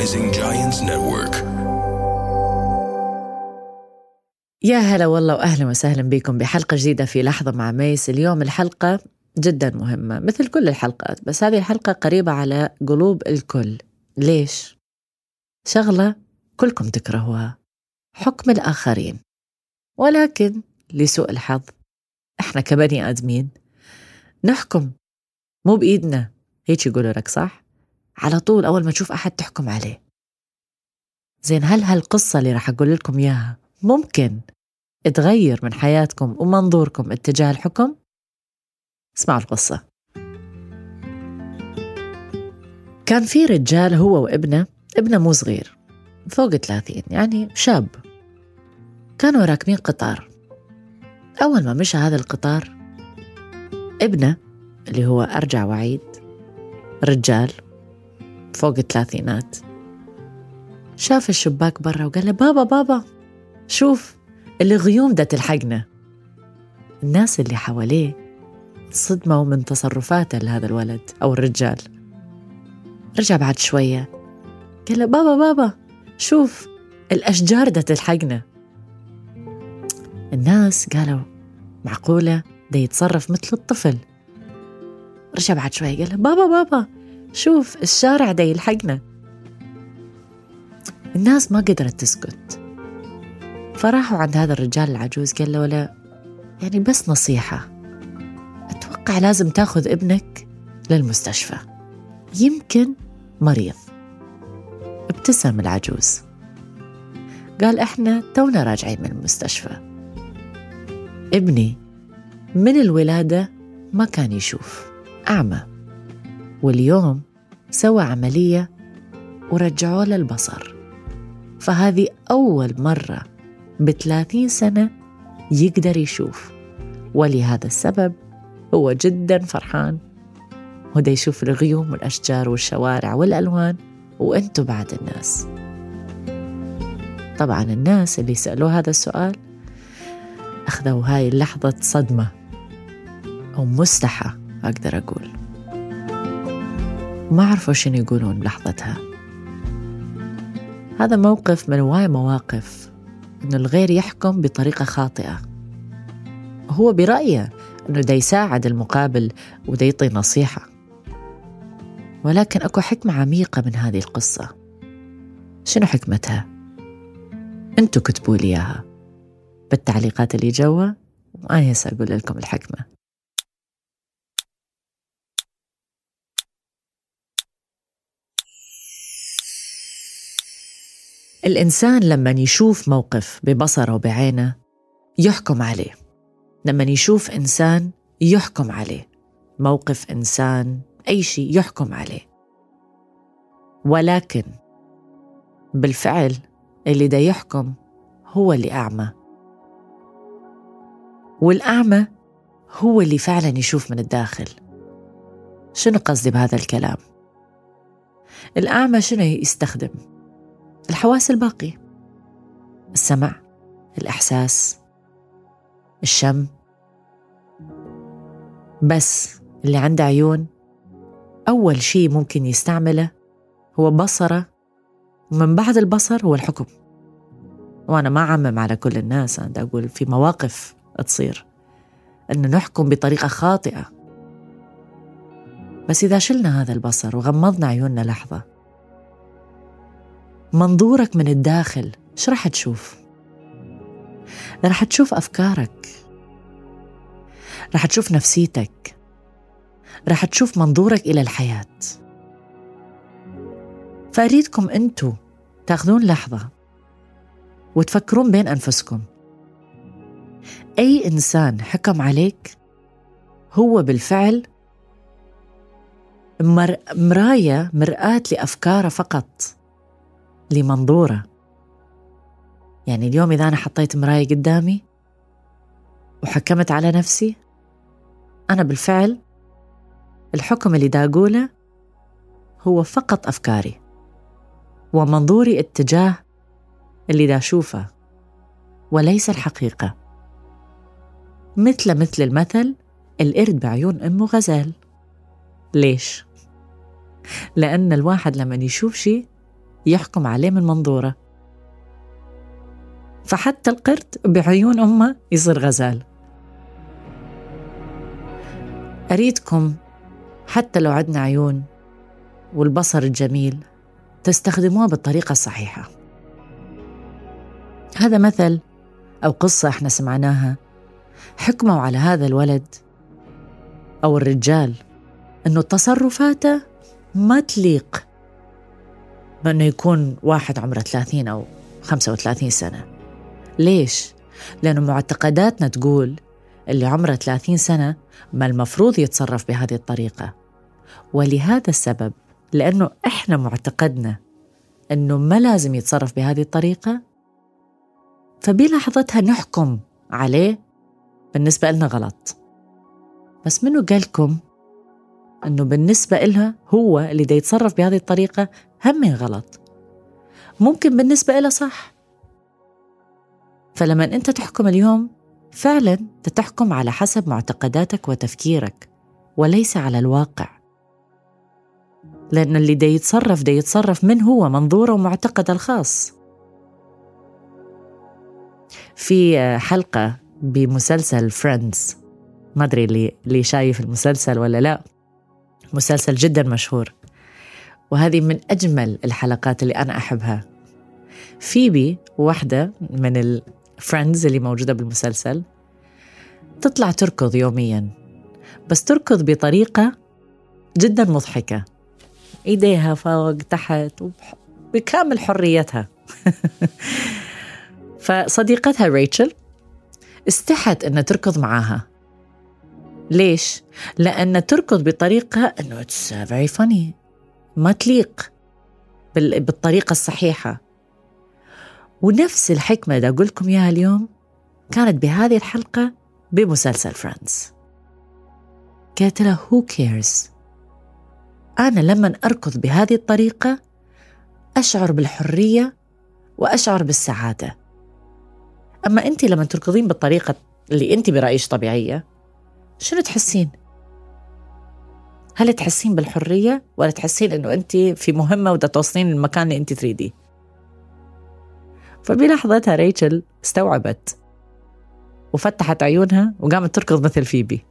Rising Giants Network. يا هلا والله وأهلا وسهلا بكم بحلقة جديدة في لحظة مع ميس. اليوم الحلقة جدا مهمة مثل كل الحلقات، بس هذه الحلقة قريبة على قلوب الكل. ليش؟ شغلة كلكم تكرهوها، حكم الآخرين. ولكن لسوء الحظ إحنا كبني آدمين نحكم، مو بإيدنا، هيك يقولوا لك صح؟ على طول أول ما تشوف أحد تحكم عليه. زين، هل هالقصة اللي راح أقول لكم إياها ممكن تغير من حياتكم ومنظوركم اتجاه الحكم؟ اسمعوا القصة. كان في رجال هو وابنه مو صغير، فوق 30 يعني شاب. كانوا راكبين قطار. أول ما مشى هذا القطار، ابنه اللي هو أرجع وعيد، رجال فوق 30، شاف الشباك برا وقال له بابا شوف الغيوم دا تلحقنا. الناس اللي حواليه صدموا من تصرفاته لهذا الولد أو الرجال. رجع بعد شوية قال له بابا شوف الأشجار دا تلحقنا. الناس قالوا معقولة دا يتصرف مثل الطفل. رجع بعد شوية قال له بابا شوف الشارع دا يلحقنا. الناس ما قدرت تسكت، فراحوا عند هذا الرجال العجوز قال له لا يعني بس نصيحة، أتوقع لازم تاخذ ابنك للمستشفى، يمكن مريض. ابتسم العجوز قال احنا تونا راجعين من المستشفى، ابني من الولادة ما كان يشوف، أعمى، واليوم سوى عملية ورجعوا له البصر، فهذه أول مرة ب30 سنة يقدر يشوف، ولهذا السبب هو جدا فرحان، وده يشوف الغيوم والأشجار والشوارع والألوان، وأنتوا بعد الناس. طبعا الناس اللي سألوا هذا السؤال أخذوا هاي اللحظة صدمة أو مستحة أقدر أقول، ما عرفوا شنو يقولون لحظتها. هذا موقف من هواي مواقف إنه الغير يحكم بطريقة خاطئة، هو برأيه إنه دا يساعد المقابل ودا يعطي نصيحة، ولكن أكو حكمة عميقة من هذه القصة. شنو حكمتها؟ أنتوا كتبوا لي إياها بالتعليقات اللي جوا، وأنا هسه أقول لكم الحكمة. الإنسان لما يشوف موقف ببصره وبعينه يحكم عليه. لما يشوف إنسان يحكم عليه، موقف إنسان أي شيء يحكم عليه. ولكن بالفعل اللي دا يحكم هو اللي أعمى، والأعمى هو اللي فعلا يشوف من الداخل. شنو قصدي بهذا الكلام؟ الأعمى شنو يستخدم؟ الحواس الباقية، السمع، الإحساس، الشم. بس اللي عنده عيون أول شيء ممكن يستعمله هو بصره، ومن بعد البصر هو الحكم. وأنا ما أعمم على كل الناس، أنا أقول في مواقف تصير أنه نحكم بطريقة خاطئة. بس إذا شلنا هذا البصر وغمضنا عيوننا لحظة، منظورك من الداخل شو راح تشوف؟ راح تشوف أفكارك، راح تشوف نفسيتك، راح تشوف منظورك إلى الحياة. فأريدكم أنتوا تاخذون لحظة وتفكرون بين أنفسكم، أي إنسان حكم عليك هو بالفعل مرآة لأفكاره فقط، لمنظوره. يعني اليوم إذا أنا حطيت مراية قدامي وحكمت على نفسي، أنا بالفعل الحكم اللي دا أقوله هو فقط أفكاري ومنظوري اتجاه اللي دا أشوفه، وليس الحقيقة. مثل المثل القرد بعيون أمه غزال. ليش؟ لأن الواحد لما يشوف شيء يحكم عليه من منظوره. فحتى القرد بعيون أمه يصير غزال. أريدكم حتى لو عندنا عيون والبصر الجميل تستخدموها بالطريقة الصحيحة. هذا مثل أو قصة احنا سمعناها حكموا على هذا الولد أو الرجال أنه تصرفاته ما تليق بأنه يكون واحد عمره 30 أو 35 سنة. ليش؟ لأنه معتقداتنا تقول اللي عمره 30 سنة ما المفروض يتصرف بهذه الطريقة. ولهذا السبب، لأنه إحنا معتقدنا أنه ما لازم يتصرف بهذه الطريقة، فبلحظتها نحكم عليه بالنسبة لنا غلط. بس منو قالكم أنه بالنسبة إلها هو اللي دا يتصرف بهذه الطريقة همين غلط؟ ممكن بالنسبة إلها صح. فلما أنت تحكم اليوم فعلا تتحكم على حسب معتقداتك وتفكيرك وليس على الواقع، لأن اللي دا يتصرف من هو منظوره ومعتقده الخاص. في حلقة بمسلسل فريندز، ما أدري اللي شايف المسلسل ولا لا، مسلسل جدا مشهور، وهذه من أجمل الحلقات اللي أنا أحبها. فيبي واحدة من الفريندز اللي موجودة بالمسلسل تطلع تركض يوميا، بس تركض بطريقة جدا مضحكة، إيديها فوق تحت بكامل حريتها. فصديقتها ريتشل استحت أن تركض معاها. ليش؟ لأن تركض بطريقة أنه it's very funny، ما تليق بالطريقة الصحيحة. ونفس الحكمة اللي أقول لكم إياها اليوم كانت بهذه الحلقة بمسلسل فريندز. قالت له who cares؟ أنا لما أركض بهذه الطريقة أشعر بالحرية وأشعر بالسعادة. أما أنت لما تركضين بالطريقة اللي أنت برأيش طبيعية، شنو تحسين؟ هل تحسين بالحرية ولا تحسين أنه أنت في مهمة ودا توصلين للمكان اللي أنت تريدي؟ فبلحظتها ريتشل استوعبت وفتحت عيونها وقامت تركض مثل فيبي.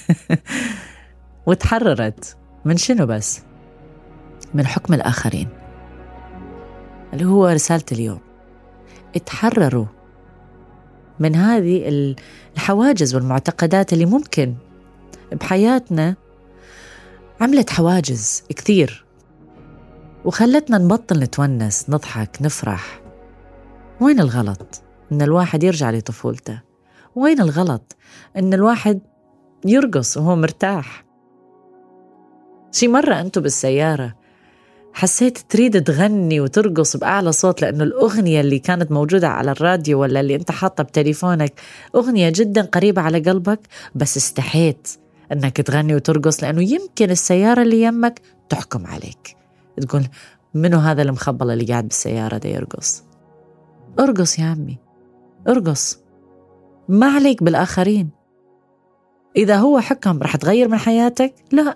وتحررت من شنو بس؟ من حكم الآخرين، اللي هو رسالة اليوم. اتحرروا من هذه الحواجز والمعتقدات اللي ممكن بحياتنا عملت حواجز كثير وخلتنا نبطل نتونس نضحك نفرح. وين الغلط إن الواحد يرجع لطفولته؟ وين الغلط إن الواحد يرقص وهو مرتاح؟ شي مرة أنتوا بالسيارة حسيت تريد تغني وترقص بأعلى صوت لأنه الأغنية اللي كانت موجودة على الراديو ولا اللي أنت حاطة بتليفونك أغنية جدا قريبة على قلبك، بس استحيت أنك تغني وترقص لأنه يمكن السيارة اللي يمك تحكم عليك، تقول منو هذا المخبل اللي قاعد بالسيارة ده يرقص؟ ارقص يا عمي، ارقص، ما عليك بالآخرين. إذا هو حكم رح تغير من حياتك؟ لا.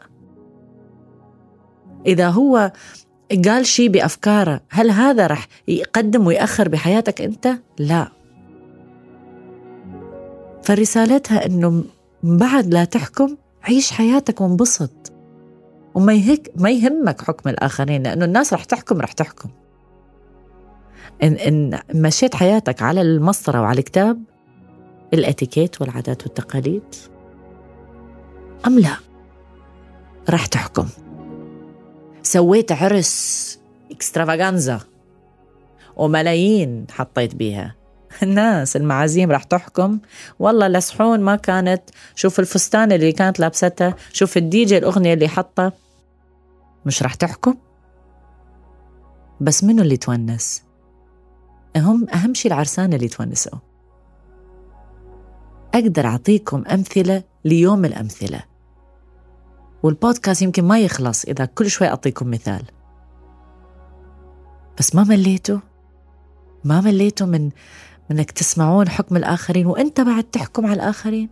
إذا هو قال شيء بأفكاره، هل هذا رح يقدم ويأخر بحياتك أنت؟ لا. فرسالتها أنه بعد لا تحكم، عيش حياتك وانبسط، وما يهمك حكم الآخرين، لأنه الناس رح تحكم. إن مشيت حياتك على المسطرة وعلى الكتاب الاتيكيت والعادات والتقاليد أم لا، رح تحكم. سويت عرس اكسترافاغانزا وملايين حطيت بيها، الناس المعازيم رح تحكم والله لسحون ما كانت، شوف الفستان اللي كانت لابستها، شوف الديجي الأغنية اللي حطها. مش رح تحكم؟ بس منو اللي تونس؟ أهم شيء العرسان اللي تونسوا. أقدر أعطيكم أمثلة ليوم الأمثلة، والبودكاست يمكن ما يخلص إذا كل شوي أعطيكم مثال. بس ما مليتوا من أنك تسمعون حكم الآخرين وأنت بعد تحكم على الآخرين؟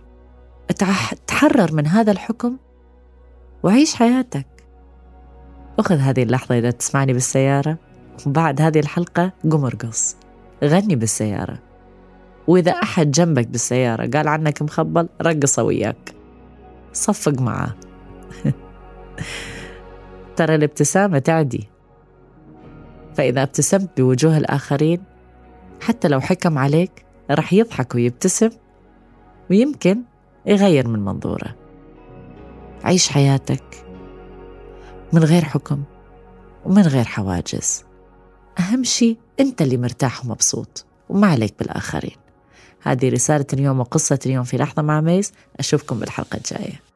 اتحرر من هذا الحكم وعيش حياتك. أخذ هذه اللحظة إذا تسمعني بالسيارة، وبعد هذه الحلقة قم ارقص، غني بالسيارة. وإذا أحد جنبك بالسيارة قال عنك مخبل، رقص وياك، صفق معاه. ترى الابتسامة تعدي، فإذا ابتسمت بوجوه الآخرين حتى لو حكم عليك رح يضحك ويبتسم، ويمكن يغير من منظوره. عيش حياتك من غير حكم ومن غير حواجز. أهم شيء أنت اللي مرتاح ومبسوط، وما عليك بالآخرين. هذه رسالة اليوم وقصة اليوم في لحظة مع ميس. أشوفكم بالحلقة الجاية.